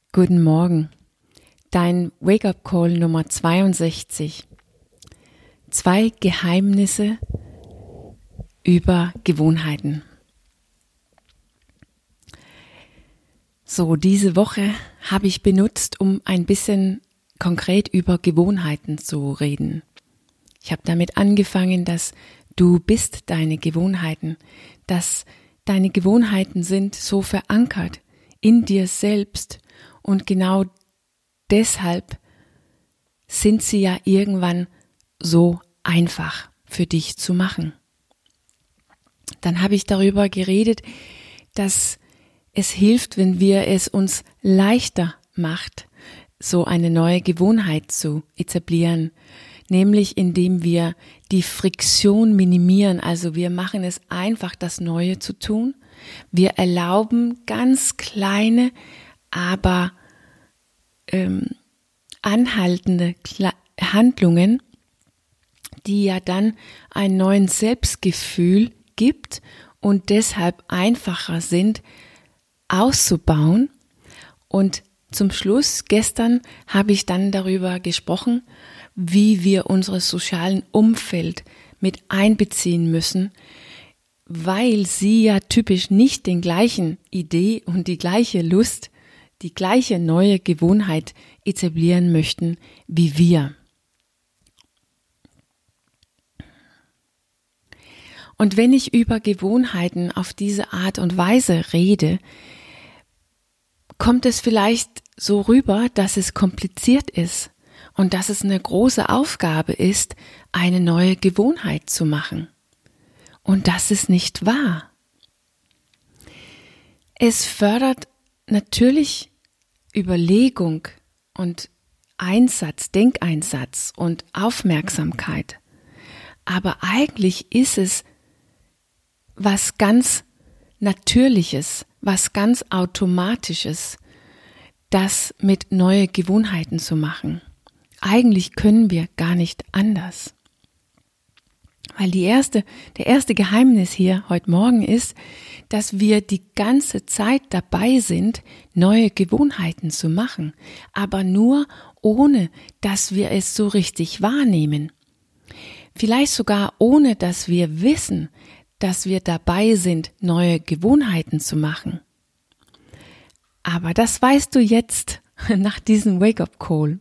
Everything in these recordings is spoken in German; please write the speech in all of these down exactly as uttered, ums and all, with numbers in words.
Guten Morgen, dein Wake-up-Call Nummer zweiundsechzig. Zwei Geheimnisse über Gewohnheiten. So, diese Woche habe ich benutzt, um ein bisschen konkret über Gewohnheiten zu reden. Ich habe damit angefangen, dass du bist deine Gewohnheiten, dass deine Gewohnheiten sind so verankert in dir selbst und genau deshalb sind sie ja irgendwann so einfach für dich zu machen. Dann habe ich darüber geredet, dass es hilft, wenn wir es uns leichter macht, so eine neue Gewohnheit zu etablieren, nämlich indem wir die Friktion minimieren, also wir machen es einfach, das Neue zu tun. Wir erlauben ganz kleine, aber ähm, anhaltende Kle- Handlungen, die ja dann ein neues Selbstgefühl gibt und deshalb einfacher sind auszubauen. Und zum Schluss, gestern habe ich dann darüber gesprochen, wie wir unser sozialen Umfeld mit einbeziehen müssen, weil sie ja typisch nicht den gleichen Idee und die gleiche Lust, die gleiche neue Gewohnheit etablieren möchten wie wir. Und wenn ich über Gewohnheiten auf diese Art und Weise rede, kommt es vielleicht so rüber, dass es kompliziert ist und dass es eine große Aufgabe ist, eine neue Gewohnheit zu machen. Und das ist nicht wahr. Es fördert natürlich Überlegung und Einsatz, Denkeinsatz und Aufmerksamkeit. Aber eigentlich ist es was ganz Natürliches, was ganz Automatisches, das mit neue Gewohnheiten zu machen. Eigentlich können wir gar nicht anders. Weil die erste, der erste Geheimnis hier heute Morgen ist, dass wir die ganze Zeit dabei sind, neue Gewohnheiten zu machen, aber nur ohne, dass wir es so richtig wahrnehmen. Vielleicht sogar ohne, dass wir wissen, dass wir dabei sind, neue Gewohnheiten zu machen. Aber das weißt du jetzt nach diesem Wake-up-Call.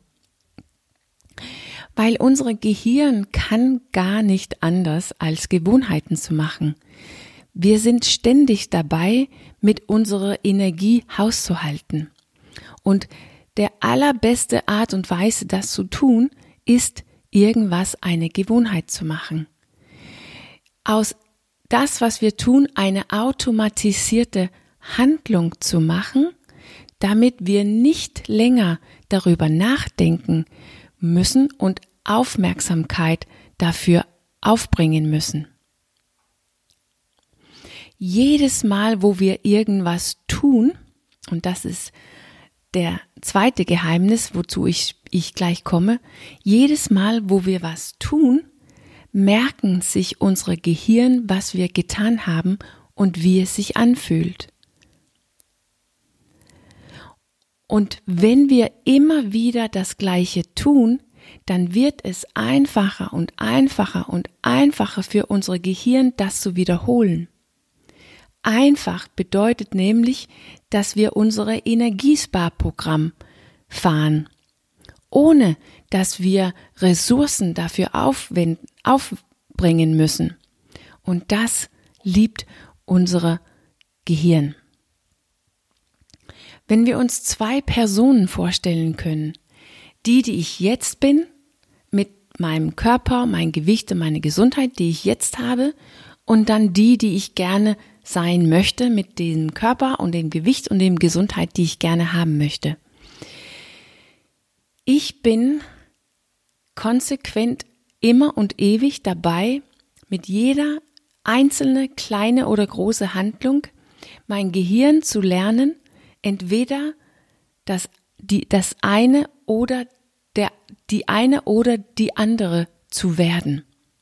Weil unser Gehirn kann gar nicht anders, als Gewohnheiten zu machen. Wir sind ständig dabei, mit unserer Energie hauszuhalten. Und der allerbeste Art und Weise, das zu tun, ist, irgendwas eine Gewohnheit zu machen. Aus das, was wir tun, eine automatisierte Handlung zu machen, damit wir nicht länger darüber nachdenken müssen und Aufmerksamkeit dafür aufbringen müssen. Jedes Mal, wo wir irgendwas tun, und das ist der zweite Geheimnis, wozu ich, ich gleich komme, jedes Mal, wo wir was tun, merken sich unsere Gehirn, was wir getan haben und wie es sich anfühlt. Und wenn wir immer wieder das Gleiche tun, dann wird es einfacher und einfacher und einfacher für unser Gehirn, das zu wiederholen. Einfach bedeutet nämlich, dass wir unser Energiesparprogramm fahren, ohne dass wir Ressourcen dafür aufwenden, aufbringen müssen. Und das liebt unser Gehirn. Wenn wir uns zwei Personen vorstellen können, die, die ich jetzt bin, mit meinem Körper, mein Gewicht und meine Gesundheit, die ich jetzt habe, und dann die, die ich gerne sein möchte, mit dem Körper und dem Gewicht und dem Gesundheit, die ich gerne haben möchte. Ich bin konsequent immer und ewig dabei, mit jeder einzelne kleine oder große Handlung mein Gehirn zu lernen, entweder das, die, das eine oder der, die eine oder die andere zu werden.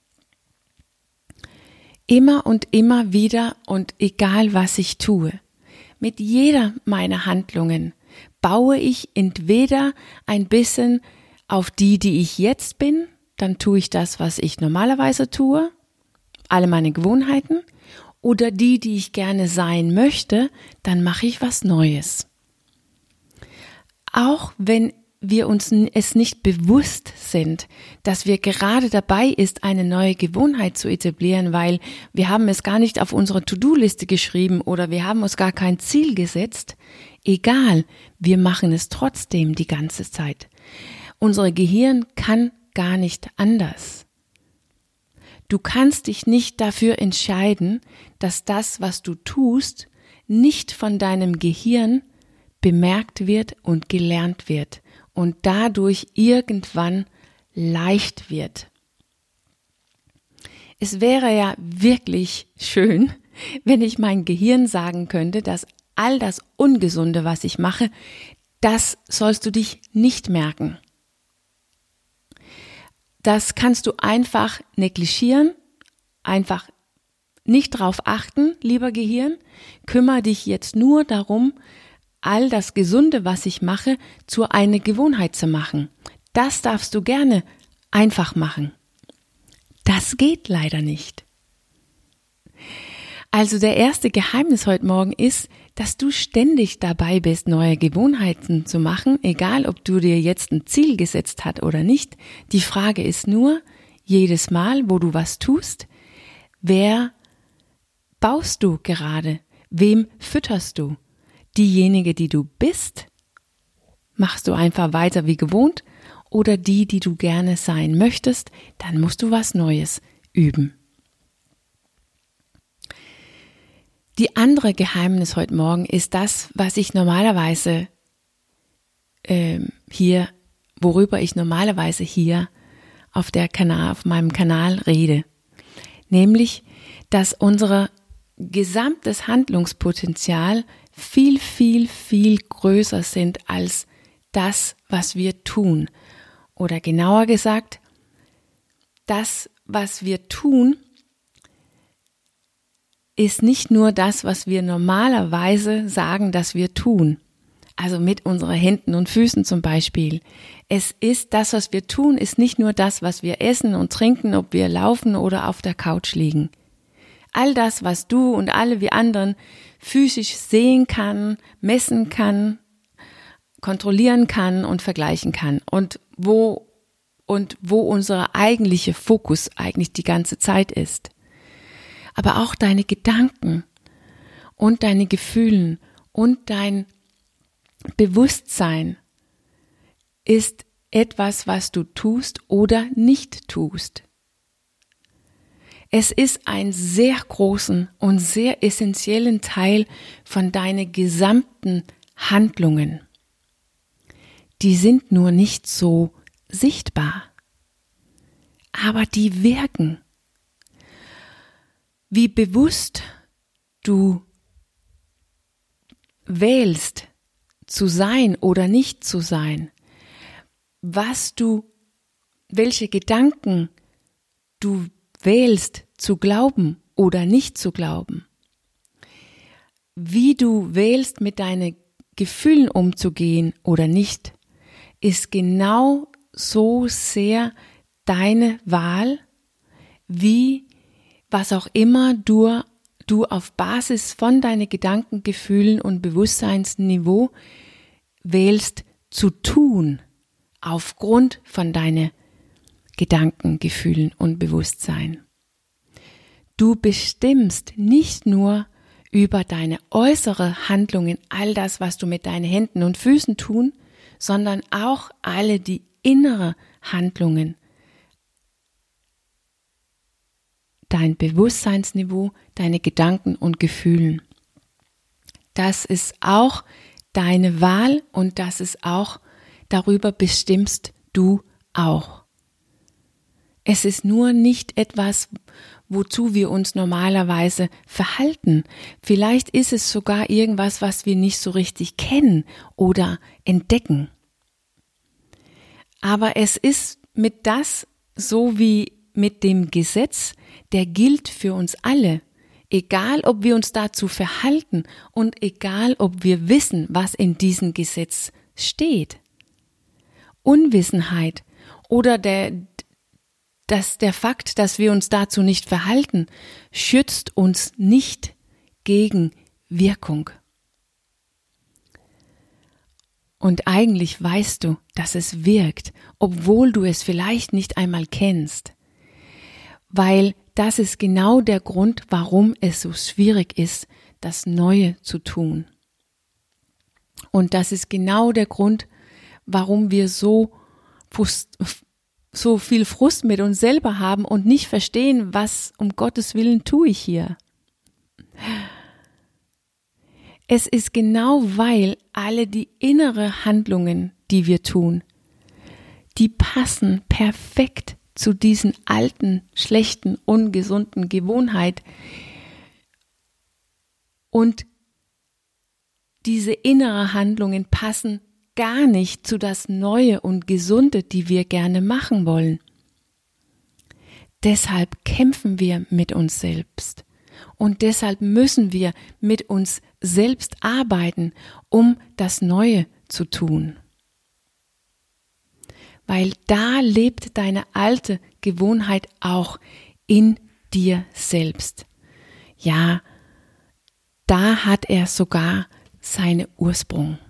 Immer und immer wieder und egal was ich tue. Mit jeder meiner Handlungen Baue ich entweder ein bisschen auf die, die ich jetzt bin, dann tue ich das, was ich normalerweise tue, alle meine Gewohnheiten, oder die, die ich gerne sein möchte, dann mache ich was Neues. Auch wenn wir uns es nicht bewusst sind, dass wir gerade dabei ist, eine neue Gewohnheit zu etablieren, weil wir haben es gar nicht auf unsere To-Do-Liste geschrieben oder wir haben uns gar kein Ziel gesetzt. Egal, wir machen es trotzdem die ganze Zeit. Unser Gehirn kann gar nicht anders. Du kannst dich nicht dafür entscheiden, dass das, was du tust, nicht von deinem Gehirn bemerkt wird und gelernt wird und dadurch irgendwann leicht wird. Es wäre ja wirklich schön, wenn ich mein Gehirn sagen könnte, dass all das Ungesunde, was ich mache, das sollst du dich nicht merken. Das kannst du einfach negligieren, einfach nicht drauf achten, lieber Gehirn. Kümmere dich jetzt nur darum, all das Gesunde, was ich mache, zu einer Gewohnheit zu machen. Das darfst du gerne einfach machen. Das geht leider nicht. Also der erste Geheimnis heute Morgen ist, dass du ständig dabei bist, neue Gewohnheiten zu machen, egal ob du dir jetzt ein Ziel gesetzt hast oder nicht. Die Frage ist nur, jedes Mal, wo du was tust, wer baust du gerade? Wem fütterst du? Diejenige, die du bist, machst du einfach weiter wie gewohnt, oder die, die du gerne sein möchtest, dann musst du was Neues üben. Die andere Geheimnis heute Morgen ist das, was ich normalerweise äh, hier, worüber ich normalerweise hier auf der Kanal, auf meinem Kanal rede. Nämlich, dass unser gesamtes Handlungspotenzial viel, viel, viel größer sind als das, was wir tun. Oder genauer gesagt, das, was wir tun, ist nicht nur das, was wir normalerweise sagen, dass wir tun. Also mit unseren Händen und Füßen zum Beispiel. Es ist das, was wir tun, ist nicht nur das, was wir essen und trinken, ob wir laufen oder auf der Couch liegen. All das, was du und alle wie anderen physisch sehen kann, messen kann, kontrollieren kann und vergleichen kann. Und wo, und wo unser eigentlicher Fokus eigentlich die ganze Zeit ist. Aber auch deine Gedanken und deine Gefühle und dein Bewusstsein ist etwas, was du tust oder nicht tust. Es ist ein sehr großen und sehr essentiellen Teil von deinen gesamten Handlungen. Die sind nur nicht so sichtbar, aber die wirken. Wie bewusst du wählst, zu sein oder nicht zu sein, was du, welche Gedanken du wählst, zu glauben oder nicht zu glauben, wie du wählst, mit deinen Gefühlen umzugehen oder nicht, ist genau so sehr deine Wahl, wie was auch immer du, du auf Basis von deinen Gedanken, Gefühlen und Bewusstseinsniveau wählst zu tun, aufgrund von deinen Gedanken, Gefühlen und Bewusstsein. Du bestimmst nicht nur über deine äußere Handlungen, all das, was du mit deinen Händen und Füßen tun, sondern auch alle die innere Handlungen, dein Bewusstseinsniveau, deine Gedanken und Gefühlen. Das ist auch deine Wahl und das ist auch, darüber bestimmst du auch. Es ist nur nicht etwas, wozu wir uns normalerweise verhalten. Vielleicht ist es sogar irgendwas, was wir nicht so richtig kennen oder entdecken. Aber es ist mit das so wie mit dem Gesetz, der gilt für uns alle, egal ob wir uns dazu verhalten und egal ob wir wissen, was in diesem Gesetz steht. Unwissenheit oder der, dass der Fakt, dass wir uns dazu nicht verhalten, schützt uns nicht gegen Wirkung. Und eigentlich weißt du, dass es wirkt, obwohl du es vielleicht nicht einmal kennst. Weil das ist genau der Grund, warum es so schwierig ist, das Neue zu tun. Und das ist genau der Grund, warum wir so, so viel Frust mit uns selber haben und nicht verstehen, was um Gottes Willen tue ich hier. Es ist genau, weil alle die inneren Handlungen, die wir tun, die passen perfekt zu diesen alten, schlechten, ungesunden Gewohnheiten. Und diese inneren Handlungen passen gar nicht zu das Neue und Gesunde, die wir gerne machen wollen. Deshalb kämpfen wir mit uns selbst. Und deshalb müssen wir mit uns selbst arbeiten, um das Neue zu tun. Weil da lebt deine alte Gewohnheit auch in dir selbst. Ja, da hat er sogar seinen Ursprung.